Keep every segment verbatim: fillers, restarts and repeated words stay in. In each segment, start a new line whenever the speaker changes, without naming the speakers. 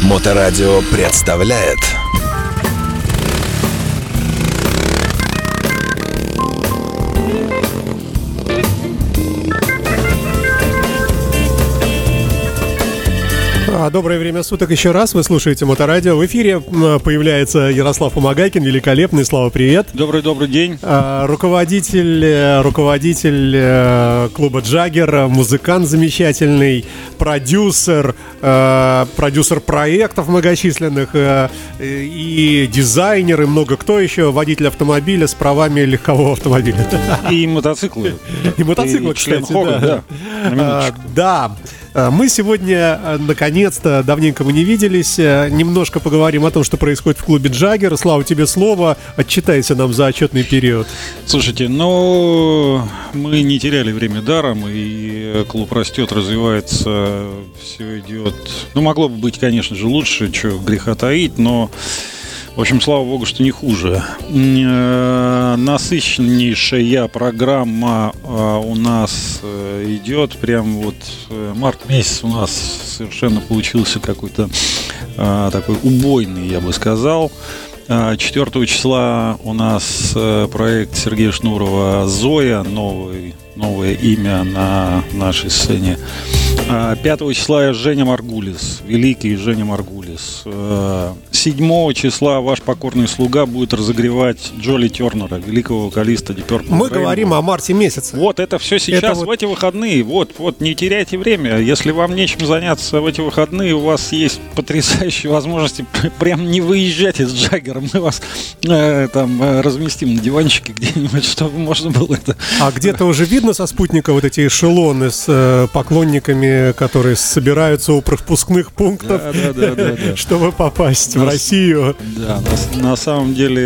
Моторадио представляет
Доброе время суток еще раз. Вы слушаете Моторадио. В эфире появляется Ярослав Умагакин, великолепный. Слава, привет.
Добрый-добрый день.
Руководитель, руководитель клуба «Джаггер», музыкант замечательный, продюсер, продюсер проектов многочисленных и дизайнер, и много кто еще, водитель автомобиля с правами легкового автомобиля.
И мотоциклы.
И мотоциклы, кстати, да. Да. Мы сегодня, наконец-то, давненько мы не виделись, немножко поговорим о том, что происходит в клубе «Джаггер». Слава, тебе слово, отчитайся нам за отчетный период.
Слушайте, ну, мы не теряли время даром, и клуб растет, развивается, все идет. Ну, могло бы быть, конечно же, лучше, что греха таить, но... В общем, слава богу, что не хуже. Насыщеннейшая программа у нас идет. Прям вот март месяц у нас совершенно получился какой-то такой убойный, я бы сказал. четвёртого числа у нас проект Сергея Шнурова «Зоя», новый, новое имя на нашей сцене. пятого числа Женя Маргулис, великий Женя Маргулис. седьмого числа ваш покорный слуга будет разогревать Джоли Тернера, великого вокалиста Deep Purple.
Мы говорим о марте месяце.
Вот, это все сейчас, это вот... в эти выходные. Вот, вот, не теряйте время. Если вам нечем заняться в эти выходные, у вас есть потрясающие возможности прям не выезжать из Джаггера. Мы вас э, там э, разместим на диванчике где-нибудь, чтобы можно было это...
А где-то уже видно со спутника вот эти эшелоны с э, поклонниками, которые собираются у пропускных пунктов, да, да, да, да, да. чтобы попасть на, в Россию.
Да, на, на самом деле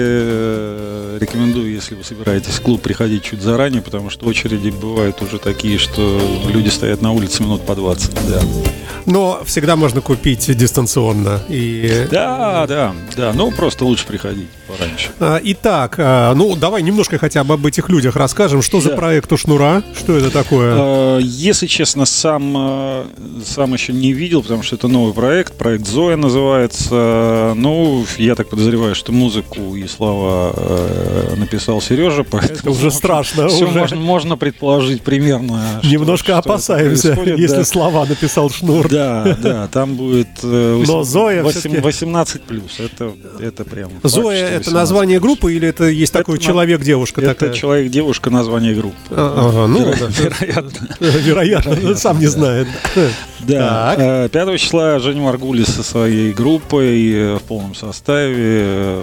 э, рекомендую, если вы собираетесь в клуб, приходить чуть заранее, потому что очереди бывают уже такие, что люди стоят на улице минут по двадцать. Да.
Но всегда можно купить дистанционно. И...
Да, да, да. Ну, просто лучше приходить пораньше.
Итак, ну, давай немножко хотя бы об этих людях расскажем. Что да. за проект у Шнура? Что это такое?
Если честно, сам, сам еще не видел, потому что это новый проект. Проект «Зоя» называется. Ну, я так подозреваю, что музыку и слова написал Сережа.
Это уже страшно.
Все
уже.
Можно, можно предположить примерно.
Немножко что, опасаемся, что если да. слова написал Шнур.
Да, да, там будет восемнадцать плюс. Это, это прям.
Зоя — это название группы или это есть это такой человек-девушка?
Это
такая?
Человек-девушка, название группы.
Ага, ну,
Веро-
да.
Вероятно.
Вероятно, Вероятно, сам не знает.
Да. Так. пятого числа Женя Маргулис со своей группой в полном составе.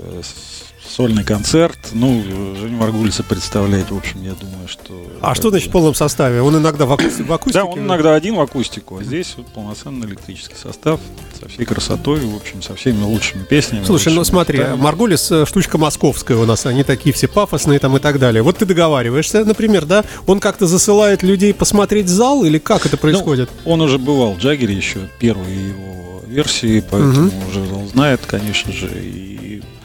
Сольный концерт. Ну, Женю Маргулиса представлять, в общем, я думаю, что...
А что значит в полном составе? Он иногда в, аку... в акустике?
Да, он иногда один в акустику, а здесь вот полноценный электрический состав со всей красотой, в общем, со всеми лучшими песнями.
Слушай, ну смотри,
хитами.
Маргулис штучка московская у нас, они такие все пафосные там и так далее. Вот ты договариваешься, например, да? Он как-то засылает людей посмотреть зал или как это происходит?
Ну, он уже бывал в Джаггере еще, первые его версии, поэтому угу. уже знает, конечно же, и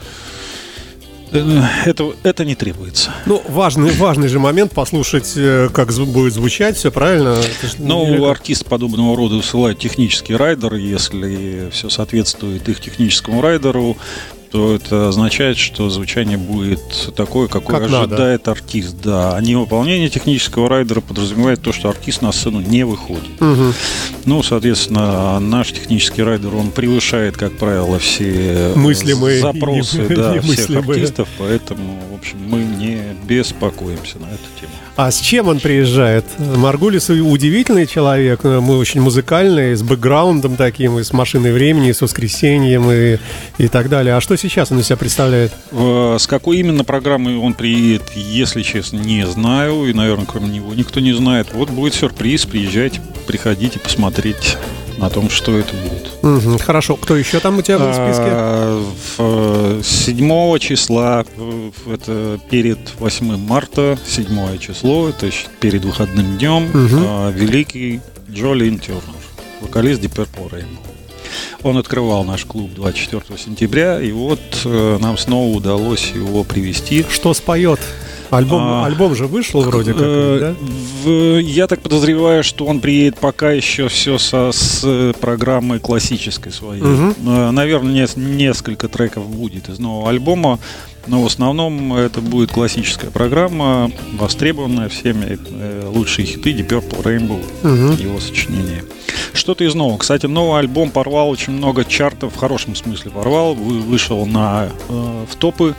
Это, это не требуется.
Ну, важный, важный же момент послушать, как будет звучать, все правильно?
Ну, или... артист подобного рода высылает технический райдер, если все соответствует их техническому райдеру, то это означает, что звучание будет такое, какое как ожидает надо. Артист. Да. А невыполнение технического райдера подразумевает то, что артист на сцену не выходит. Угу. Ну, соответственно, наш технический райдер, он превышает, как правило, все
мыслимые
запросы и, да, и всех артистов, поэтому, в общем, мы не беспокоимся на эту тему.
А с чем он приезжает? Маргулис удивительный человек, мы очень музыкальные, с бэкграундом таким, и с машиной времени, и с воскресеньем, и, и так далее. А что сейчас он из себя представляет?
С какой именно программой он приедет, если честно, не знаю. И, наверное, кроме него никто не знает. Вот будет сюрприз, приезжайте, приходите посмотреть на том, что это будет.
Угу, хорошо. Кто еще там у тебя был в списке?
А, седьмого числа, это перед восьмым марта, седьмое число, это перед выходным днем, угу. великий Джоли Тернер, вокалист Deep Purple Rainbow. Он открывал наш клуб двадцать четвёртого сентября, и вот э, нам снова удалось его привести.
Что споет? Альбом,
а,
альбом же вышел вроде как,
э,
да?
В, я так подозреваю, что он приедет пока еще все со, с программой классической своей.
Угу.
Э, наверное, не, несколько треков будет из нового альбома, но в основном это будет классическая программа, востребованная всеми, э, лучшие хиты Deep Purple, Rainbow, угу. его сочинения. Что-то из нового. Кстати, новый альбом порвал очень много чартов, в хорошем смысле порвал, вышел на, э, в топы.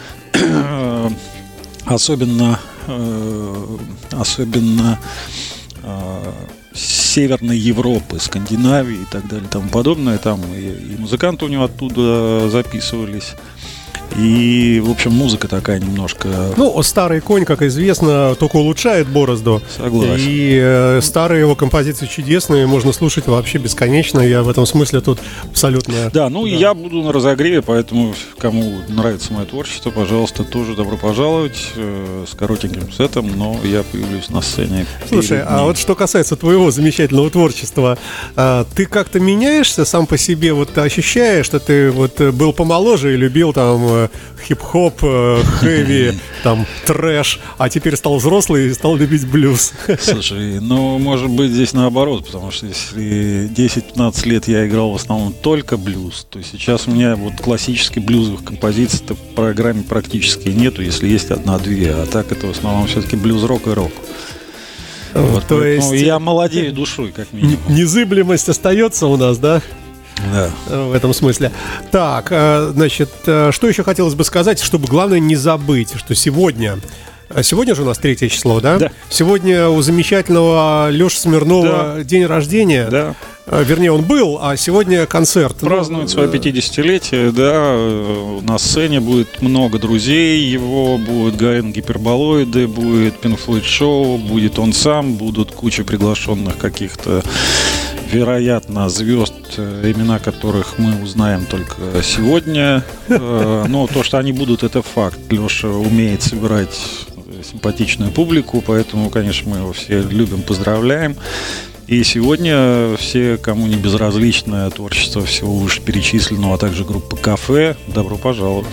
Особенно, э, особенно э, Северной Европы, Скандинавии и так далее и тому подобное. Там и, и музыканты у него оттуда записывались. И, в общем, музыка такая немножко...
Ну, старый конь, как известно, только улучшает борозду.
Согласен.
И э, старые его композиции чудесные, можно слушать вообще бесконечно. Я в этом смысле тут абсолютно...
Да, ну да. И я буду на разогреве, поэтому кому нравится мое творчество, пожалуйста, тоже добро пожаловать э, с коротеньким сетом, но я появлюсь на сцене.
Слушай, а вот что касается твоего замечательного творчества, э, ты как-то меняешься сам по себе? Вот ты ощущаешь, что ты вот был помоложе и любил там... хип-хоп, хэви, там, трэш, а теперь стал взрослый и стал любить блюз.
Слушай, ну, может быть, здесь наоборот, потому что если десять-пятнадцать лет я играл в основном только блюз, то сейчас у меня вот классических блюзовых композиций-то в программе практически нету, если есть одна-две, а так это в основном все-таки блюз-рок и рок. Вот,
то есть...
я молодею душой, как минимум.
Незыблемость остается у нас, да?
Да.
В этом смысле. Так, значит, что еще хотелось бы сказать, чтобы главное не забыть, что сегодня, сегодня же у нас третье число, да?
Да.
Сегодня у замечательного Леши Смирнова да. день рождения.
Да.
Вернее, он был, а сегодня концерт.
Празднует свое пятидесятилетие, да. На сцене будет много друзей его, будут Гаен Гиперболоиды, будет Pink Floyd Show, будет он сам, будут куча приглашенных каких-то, вероятно, звезд, имена которых мы узнаем только сегодня. Но то, что они будут, это факт. Леша умеет собирать симпатичную публику, поэтому, конечно, мы его все любим, поздравляем. И сегодня все, кому не безразличное творчество всего вышеперечисленного, а также группа «Кафе», добро пожаловать.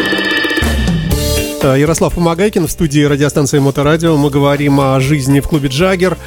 Ярослав Помогайкин в студии радиостанции Моторадио. Мы говорим о жизни в клубе «Джаггер».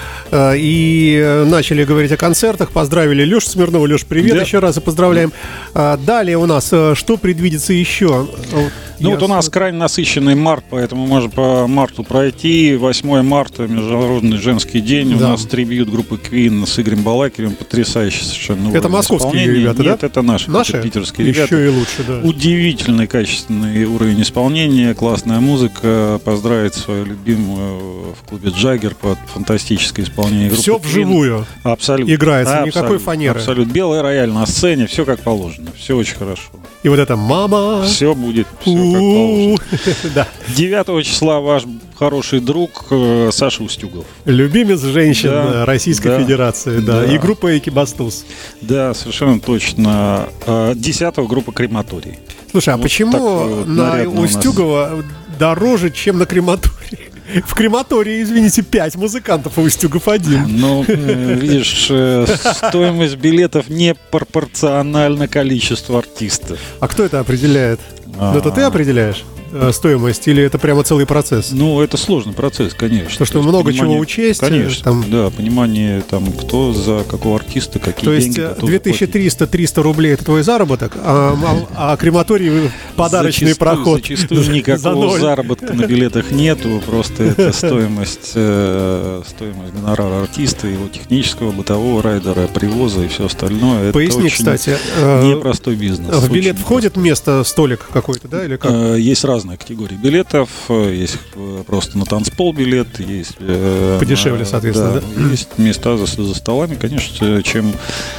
И начали говорить о концертах. Поздравили Лешу Смирнова. Леш, привет да. еще раз и поздравляем. Далее у нас что предвидится еще?
Ну, вот у нас крайне насыщенный март, поэтому можно по марту пройти. восьмое марта, Международный женский день. Да. У нас трибьют группы Queen с Игорем Балакирем. Потрясающий совершенно.
Это московские ребята,
Нет,
да?
это наши,
наши?
Это питерские
еще
ребята.
Еще и лучше, да.
Удивительный, качественный уровень исполнения, классная музыка. Поздравить свою любимую в клубе «Джаггер» под фантастическое исполнение группы
Все
Queen.
вживую.
Абсолютно.
Играется,
абсолютно,
никакой фанеры.
Абсолютно. Белый рояль на сцене, все как положено. Все очень хорошо.
И вот это «Мама».
Все будет, все как положено.
Да.
девятого числа ваш хороший друг э, Саша Устюгов.
Любимец женщин да, Российской да, Федерации, да. да. И группа «Экибастуз». Да,
совершенно точно. десятого группа «Крематорий».
Слушай, а вот почему на Устюгова дороже, чем на «Крематории»? В «Крематории», извините, пять музыкантов, а Устюгов один.
Ну, видишь, стоимость билетов не пропорциональна количеству артистов.
А кто это определяет? Ну, это ты определяешь? Стоимость, или это прямо целый процесс?
Ну, это сложный процесс, конечно.
То, что много чего учесть.
Конечно, там... да, понимание, там, кто за какого артиста, какие
То
деньги
есть две тысячи триста - триста рублей это твой заработок, а, а, а крематорий подарочный
зачастую,
проход.
Зачастую никакого за заработка на билетах нету, просто это стоимость, э, стоимость гонорара артиста, его технического, бытового райдера, привоза и все остальное.
Поясни,
это
кстати.
Непростой бизнес.
В билет входит место, столик какой-то, да, или как?
Есть разные категории билетов, есть просто на танцпол билет, есть
подешевле, соответственно,
да, да? Есть места за, за столами, конечно, чем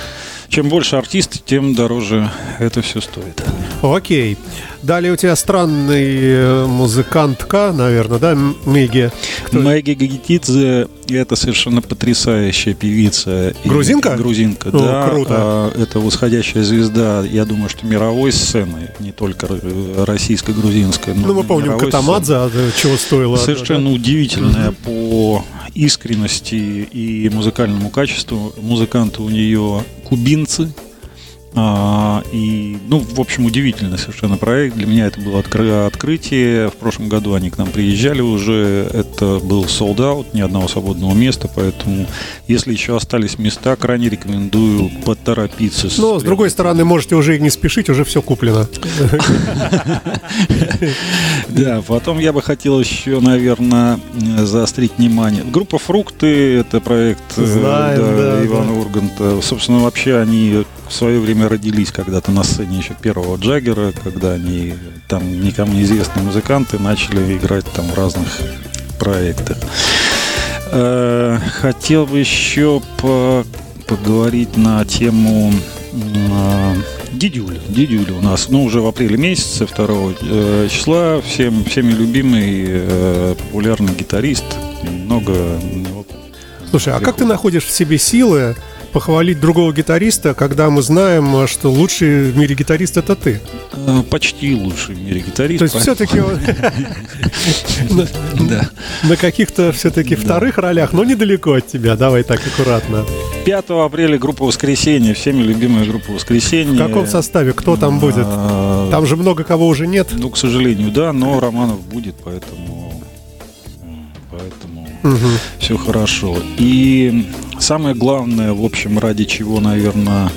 чем больше артист, тем дороже это все стоит.
Окей. Далее у тебя странный музыкантка, наверное, да, Меги?
Кто? Меги Гагитидзе – это совершенно потрясающая певица.
Грузинка?
Грузинка,
О,
да.
Круто.
Это восходящая звезда, я думаю, что мировой сцены, не только российской, грузинской.
Но ну, мы помним Катамадзе, чего стоило.
Совершенно
да?
удивительная
mm-hmm.
по искренности и музыкальному качеству. Музыканты у нее кубинцы. А, и, ну, в общем, удивительный совершенно проект. Для меня это было откры- открытие. В прошлом году они к нам приезжали уже. Это был sold out, ни одного свободного места. Поэтому, если еще остались места, крайне рекомендую поторопиться.
Но, с другой стороны, можете уже и не спешить, уже все куплено.
Да, потом я бы хотел еще, наверное, заострить внимание. Группа «Фрукты» — это проект Ивана Урганта. Собственно, вообще они в свое время родились когда-то на сцене еще первого Джаггера, когда они там никому неизвестные музыканты начали играть там в разных проектах. Хотел бы еще по- поговорить на тему Дидюля. Дидюля у нас, ну, уже в апреле месяце, второго числа, всем, всеми любимый, популярный гитарист. Много...
Слушай, а как ты находишь в себе силы похвалить другого гитариста, когда мы знаем, что лучший в мире гитарист — это ты?
Почти лучший в мире гитарист.
То есть все-таки на каких-то все-таки вторых ролях, но недалеко от тебя. Давай так аккуратно.
пятого апреля группа «Воскресенье», всеми любимая группа «Воскресенье».
В каком составе? Кто там будет? Там же много кого уже нет.
Ну, к сожалению, да, но Романов будет, поэтому... Поэтому угу. Все хорошо. И самое главное, в общем, ради чего, наверное,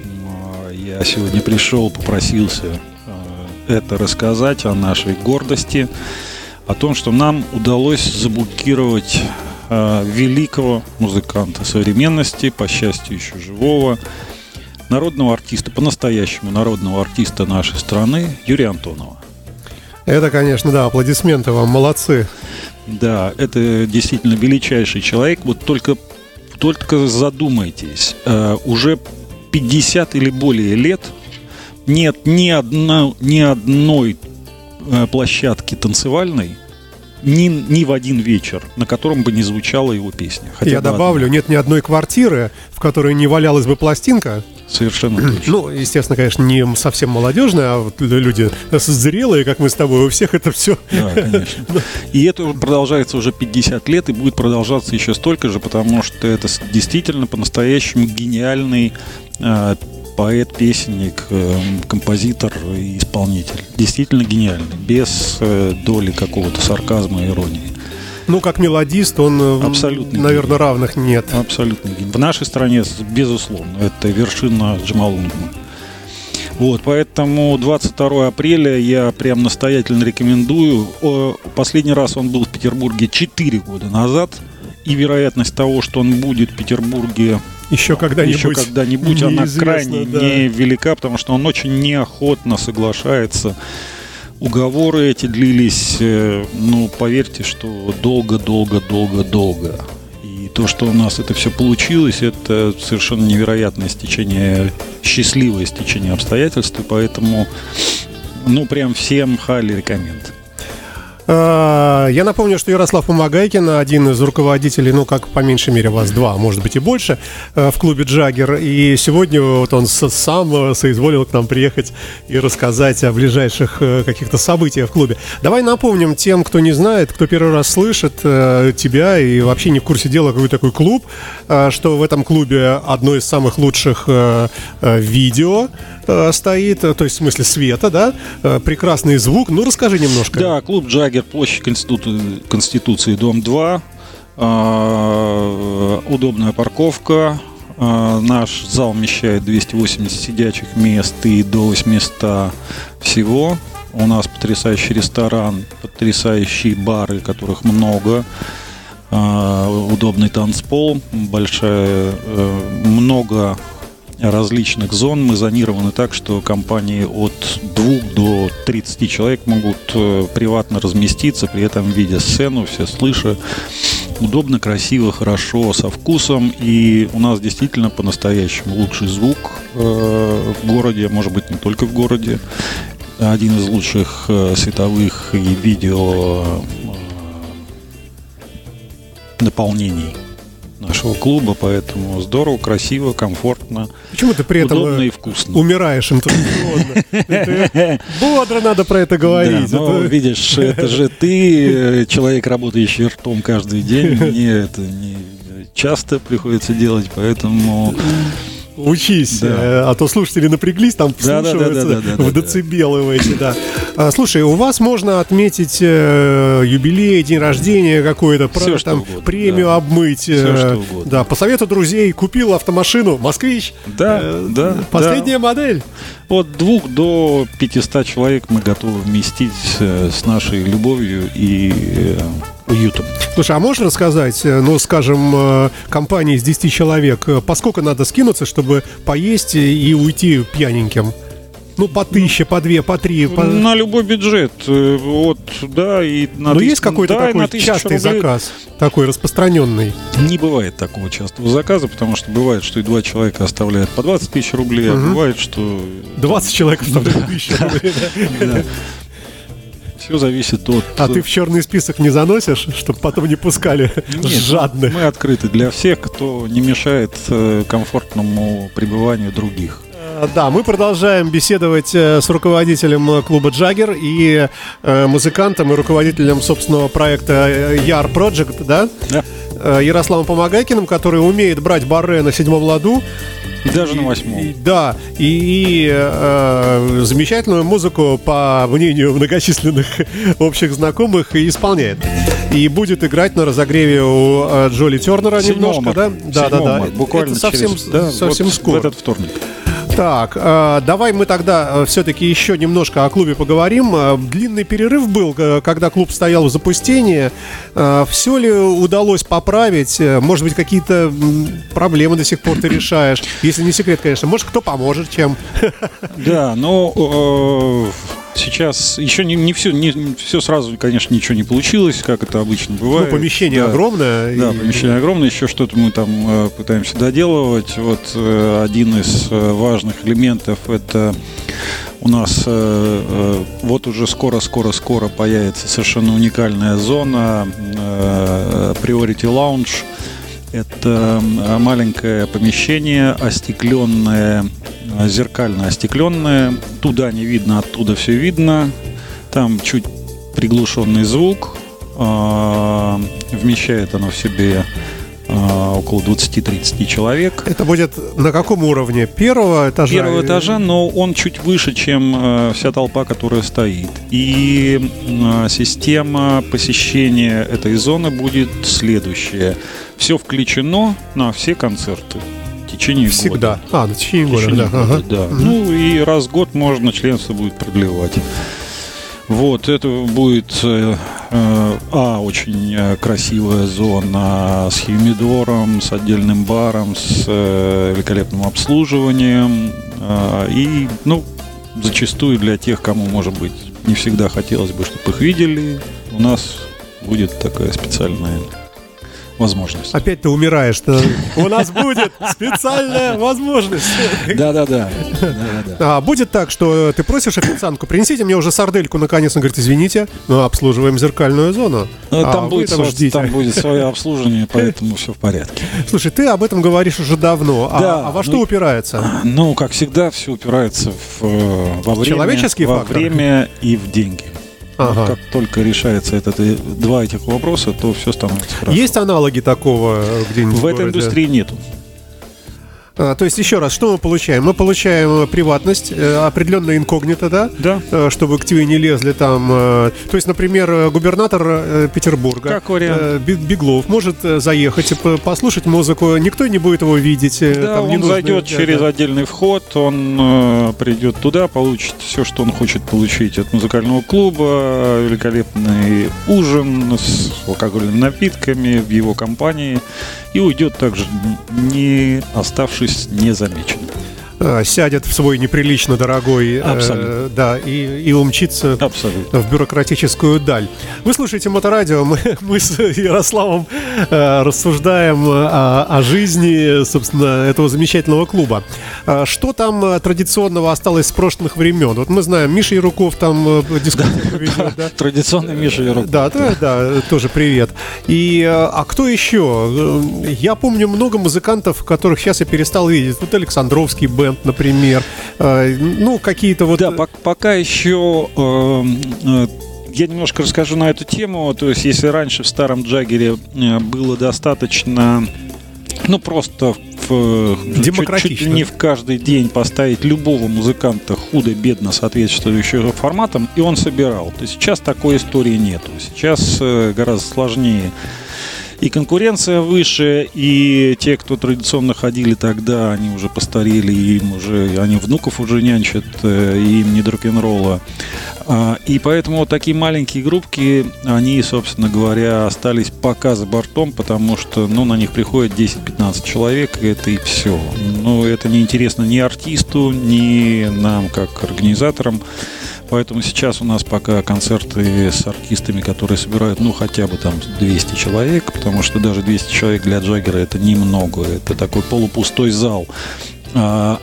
я сегодня пришел, попросился это рассказать о нашей гордости, о том, что нам удалось заблокировать великого музыканта современности, по счастью, еще живого, народного артиста, по-настоящему народного артиста нашей страны Юрия Антонова.
Это, конечно, да, аплодисменты вам, молодцы.
Да, это действительно величайший человек. Вот только, только задумайтесь, э, уже пятьдесят или более лет нет ни, одна, ни одной э, площадки танцевальной, ни, ни в один вечер, на котором бы не звучала его песня. Хотя
Я добавлю, одна. Нет ни одной квартиры, в которой не валялась бы пластинка.
Совершенно точно.
Ну, естественно, конечно, не совсем молодежная, а вот люди зрелые, как мы с тобой, у всех это все.
Да, конечно. И это продолжается уже пятьдесят лет и будет продолжаться еще столько же, потому что это действительно по-настоящему гениальный э, поэт, песенник, э, композитор и исполнитель. Действительно гениальный, без э, доли какого-то сарказма и иронии.
Ну, как мелодист, он, абсолютно, наверное, равных нет.
Абсолютно. В нашей стране, безусловно, это вершина Джамалунгма. Вот, поэтому двадцать второго апреля я прям настоятельно рекомендую. Последний раз он был в Петербурге четыре года назад, и вероятность того, что он будет в Петербурге
еще когда-нибудь,
еще когда-нибудь она крайне да. невелика, потому что он очень неохотно соглашается. Уговоры эти длились, ну, поверьте, что долго-долго-долго-долго. И то, что у нас это все получилось, это совершенно невероятное стечение, счастливое стечение обстоятельств. И поэтому, ну, прям всем highly recommend.
Я напомню, что Ярослав Помогайкин, один из руководителей, ну, как по меньшей мере вас два, может быть и больше, в клубе «Джаггер». И сегодня вот он сам соизволил к нам приехать и рассказать о ближайших каких-то событиях в клубе. Давай напомним тем, кто не знает, кто первый раз слышит тебя и вообще не в курсе дела, какой такой клуб, что в этом клубе одно из самых лучших видео стоит, то есть в смысле света, да, прекрасный звук. Ну, расскажи немножко.
Да, клуб «Джаггер», площадь Конститу... Конституции, дом два, а, удобная парковка, а, наш зал вмещает двести восемьдесят сидячих мест и до восьмисот всего. У нас потрясающий ресторан, потрясающие бары, которых много, а, удобный танцпол, большая, а, много различных зон. Мы зонированы так, что компании от двух до тридцати человек могут э, приватно разместиться, при этом видя сцену, все слыша. Удобно, красиво, хорошо, со вкусом. И у нас действительно по-настоящему лучший звук э, в городе, может быть, не только в городе. Один из лучших э, световых и видео э, наполнений нашего клуба, поэтому здорово, красиво, комфортно.
Почему ты при этом
удобно и вкусно
умираешь интенсивно? Бодро надо про это говорить.
Да, но, видишь, это же ты, человек, работающий ртом каждый день. Мне это не часто приходится делать, поэтому
Учись, да. А то слушатели напряглись, там вслушиваются да, да, да, да, в да, децибелы в эти, да. А, слушай, у вас можно отметить э, юбилей, день рождения какой-то,
Все,
там,
угодно,
премию
да.
обмыть.
Все,
э,
что угодно.
Да, по совету друзей купил автомашину «Москвич».
Да, э, да.
Последняя
да.
модель.
От двух до пятисот человек мы готовы вместить э, с нашей любовью и э, уютом.
Слушай, а можешь рассказать, ну, скажем, компании из десяти человек, поскольку надо скинуться, чтобы поесть и уйти пьяненьким? Ну, по тысяче, по две, по три. По...
На любой бюджет. Вот, да, и на
Но
тысяч...
есть какой-то
да,
такой частый
рублей...
заказ, такой распространенный?
Не бывает такого частого заказа, потому что бывает, что и два человека оставляют по двадцать тысяч рублей,
угу.
а бывает, что...
двадцать человек оставляют тысячу рублей.
Все зависит от...
А ты в черный список не заносишь, чтобы потом не пускали
Нет,
жадных?
Мы открыты для всех, кто не мешает комфортному пребыванию других.
Да, мы продолжаем беседовать с руководителем клуба «Джаггер» и музыкантом и руководителем собственного проекта Яр Project, да?
Да.
Ярославом Помогайкиным, который умеет брать барре на седьмом ладу.
И даже на восьмом.
И, да, и, и э, замечательную музыку, по мнению многочисленных общих знакомых, исполняет. И будет играть на разогреве у э, Джоли Тернера немножко, да? Да, да, да.
Буквально
это совсем,
через, да,
совсем
вот
скоро.
В этот вторник.
Так, э, давай мы тогда э, все-таки еще немножко о клубе поговорим. Э, длинный перерыв был, э, когда клуб стоял в запустении. Э, все ли удалось поправить? Э, может быть, какие-то м, проблемы до сих пор ты решаешь? Если не секрет, конечно. Может, кто поможет, чем?
Да, но... Сейчас еще не, не, все, не все сразу, конечно, ничего не получилось, как это обычно бывает.
Ну, помещение
да.
огромное.
Да,
и...
помещение огромное, еще что-то мы там э, пытаемся доделывать. Вот э, один из э, важных элементов — это у нас э, э, вот уже скоро-скоро-скоро появится совершенно уникальная зона э, Priority Lounge. Это маленькое помещение, остекленное, зеркально остекленное. Туда не видно, оттуда все видно. Там чуть приглушенный звук. Вмещает оно в себе около двадцать-тридцать человек. Это
будет на каком уровне? Первого этажа?
Первого этажа, но он чуть выше, чем вся толпа, которая стоит. И система посещения этой зоны будет следующая. Все включено на все концерты в течение
Всегда.
года.
Всегда. А, на течение года,
течение
да.
года,
Ага.
да. Mm-hmm. Ну и раз в год можно членство будет продлевать. Вот, это будет э, э, а, очень красивая зона с хьюмидором, с отдельным баром, с э, великолепным обслуживанием. Э, и, ну, зачастую для тех, кому, может быть, не всегда хотелось бы, чтобы их видели, у нас будет такая специальная возможность.
Опять ты умираешь. У нас будет специальная возможность.
Да-да-да.
А будет так, что ты просишь официантку: принесите мне уже сардельку, наконец. Он говорит: извините, мы обслуживаем зеркальную зону.
Там,
а
будет,
там,
сво- там будет свое обслуживание, поэтому все в порядке.
Слушай, ты об этом говоришь уже давно. А,
Да,
а во что
ну,
упирается?
Ну, как всегда, все упирается в, во время,
человеческий
во
фактор?
время и в деньги.
Ага.
Как только решается этот, два этих вопроса, то все становится хорошо.
Есть аналоги такого где-нибудь
в этой индустрии нету.
А, то есть, еще раз, что мы получаем? Мы получаем приватность, э, определенное инкогнито, да?
Да.
Э, чтобы к тебе не лезли там. Э, то есть, например, губернатор э, Петербурга,
как вариант.
Э, Беглов, может заехать, послушать музыку, никто не будет его видеть. Э,
да,
там
он
не нужно,
зайдет
да,
через
да.
отдельный вход, он э, придет туда, получит все, что он хочет получить от музыкального клуба, великолепный ужин с алкогольными напитками в его компании, и уйдет также, не оставшись незамеченным.
Сядет в свой неприлично дорогой, э, да, и, и умчится
Абсолютно.
в бюрократическую даль. Вы слушаете Моторадио, мы, мы с Ярославом э, рассуждаем о, о жизни, собственно, этого замечательного клуба. Что там традиционного осталось с прошлых времен? Вот мы знаем, Миша Яруков там дискотеку ведет, да?
Традиционный Миша Яруков.
Да, да, да, тоже привет. И, а кто еще? Я помню много музыкантов, которых сейчас я перестал видеть. Вот Александровский бэнд, например, ну, какие-то вот...
Да, пока еще э, э, я немножко расскажу на эту тему. То есть, если раньше в старом Джаггере было достаточно, ну, просто в, чуть, чуть не в каждый день поставить любого музыканта худо-бедно соответствующего форматам, и он собирал. То есть сейчас такой истории нету. Сейчас гораздо сложнее. И конкуренция выше, и те, кто традиционно ходили тогда, они уже постарели, им уже, они внуков уже нянчат, и им не до рок-н-ролла. И поэтому вот такие маленькие группки, они, собственно говоря, остались пока за бортом, потому что, ну, на них приходит десять-пятнадцать человек, и это и все. Но это не интересно ни артисту, ни нам, как организаторам. Поэтому сейчас у нас пока концерты с артистами, которые собирают, ну, хотя бы там двести человек, потому что даже двести человек для Джаггера это немного, это такой полупустой зал. А,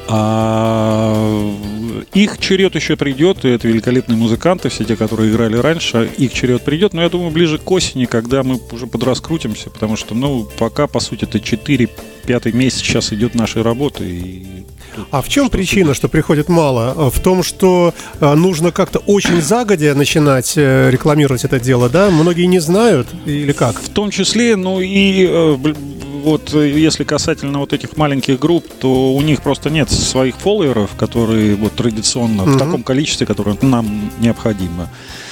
а их черед еще придет, и это великолепные музыканты, все те, которые играли раньше, их черед придет, но я думаю, ближе к осени, когда мы уже подраскрутимся, потому что, ну, пока, по сути, это четыре-пятый месяц сейчас идет нашей работы. И
а в чем причина, что приходит мало? В том, что нужно как-то очень загодя начинать рекламировать это дело, да? Многие не знают или как?
В том числе, ну и вот если касательно вот этих маленьких групп, то у них просто нет своих фолловеров, которые вот традиционно mm-hmm. в таком количестве, которое нам необходимо.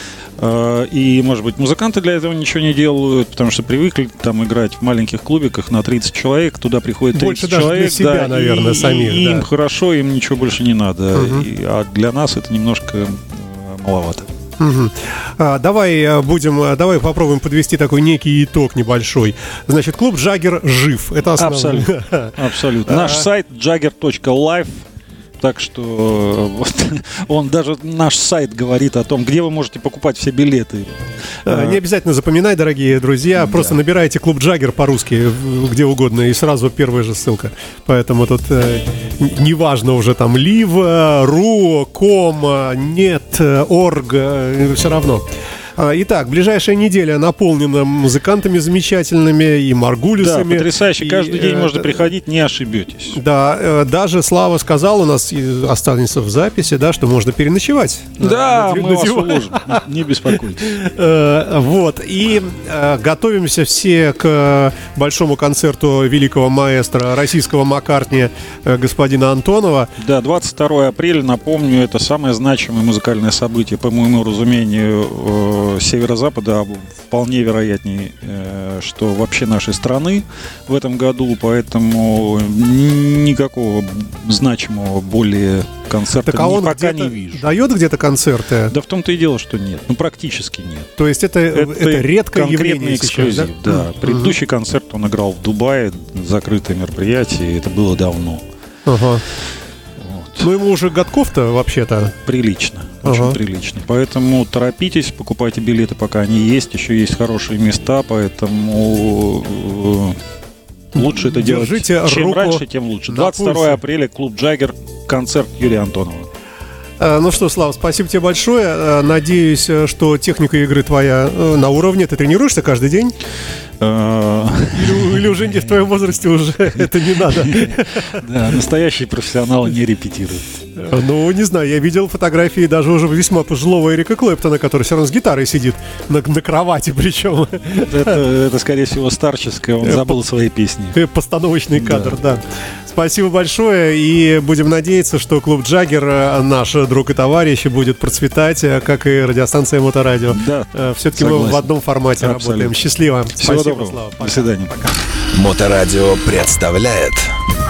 И, может быть, музыканты для этого ничего не делают, потому что привыкли там играть в маленьких клубиках на тридцать человек, туда приходит тридцать
больше
человек,
для себя,
да,
наверное,
и,
самих,
и
да.
им хорошо, им ничего больше не надо,
угу.
и, а для нас это немножко маловато.
Угу. А, давай будем, давай попробуем подвести такой некий итог небольшой. Значит, клуб Джаггер жив. Это основное.
Абсолютно. Абсолютно. Наш сайт джаггер точка лайв. Так что вот, он даже наш сайт говорит о том, где вы можете покупать все билеты.
Не обязательно запоминать, дорогие друзья. Да. Просто набирайте клуб Джаггер по-русски где угодно, и сразу первая же ссылка. Поэтому тут э, неважно уже там лив, ру, ком, нет, орг, э, все равно. Итак, ближайшая неделя наполнена музыкантами замечательными и маргулисами.
Да, потрясающе. Каждый
и,
день
э,
можно приходить, не ошибетесь.
Да, э, даже Слава сказал, у нас останется в записи, да, что можно переночевать.
Да, на, мы на вас уложим, не беспокойтесь.
Вот, и готовимся все к большому концерту великого маэстро российского Маккартни господина Антонова.
Да, двадцать второго апреля, напомню, это самое значимое музыкальное событие, по моему разумению, северо-запада, вполне вероятнее, что вообще нашей страны в этом году, поэтому никакого значимого более концерта
так, а он
пока не вижу.
Дает где-то концерты?
Да в том-то и дело, что нет. Ну, практически нет.
То есть это, это, это редкое явление
эксклюзив,
сейчас, да?
да?
Mm-hmm.
Предыдущий концерт он играл в Дубае, закрытое мероприятие, это было давно.
Ага. Ну, ему уже годков-то вообще-то.
Прилично, очень ага. прилично. Поэтому торопитесь, покупайте билеты, пока они есть. Еще есть хорошие места, поэтому лучше это
Держите
делать. Чем
руку
раньше, тем лучше. двадцать второго апреля, клуб Джаггер, концерт Юрия Антонова.
Ну что, Слава, спасибо тебе большое. Надеюсь, что техника игры твоя на уровне. Ты тренируешься каждый день? Или, или уже не в твоем возрасте уже это не надо?
Да, настоящие профессионалы не репетируют.
Ну, не знаю, я видел фотографии даже уже весьма пожилого Эрика Клэптона, который все равно с гитарой сидит на, на кровати причем.
Это, это, скорее всего, старческое, он забыл свои песни.
Постановочный кадр, да. да. Спасибо большое, и будем надеяться, что клуб Джаггер, наш друг и товарищ, будет процветать, как и радиостанция Моторадио.
Да,
все-таки согласен. Мы в одном формате Абсолютно. Работаем. Счастливо.
Всего
Спасибо,
доброго.
Слава.
До свидания.
Пока.
Моторадио представляет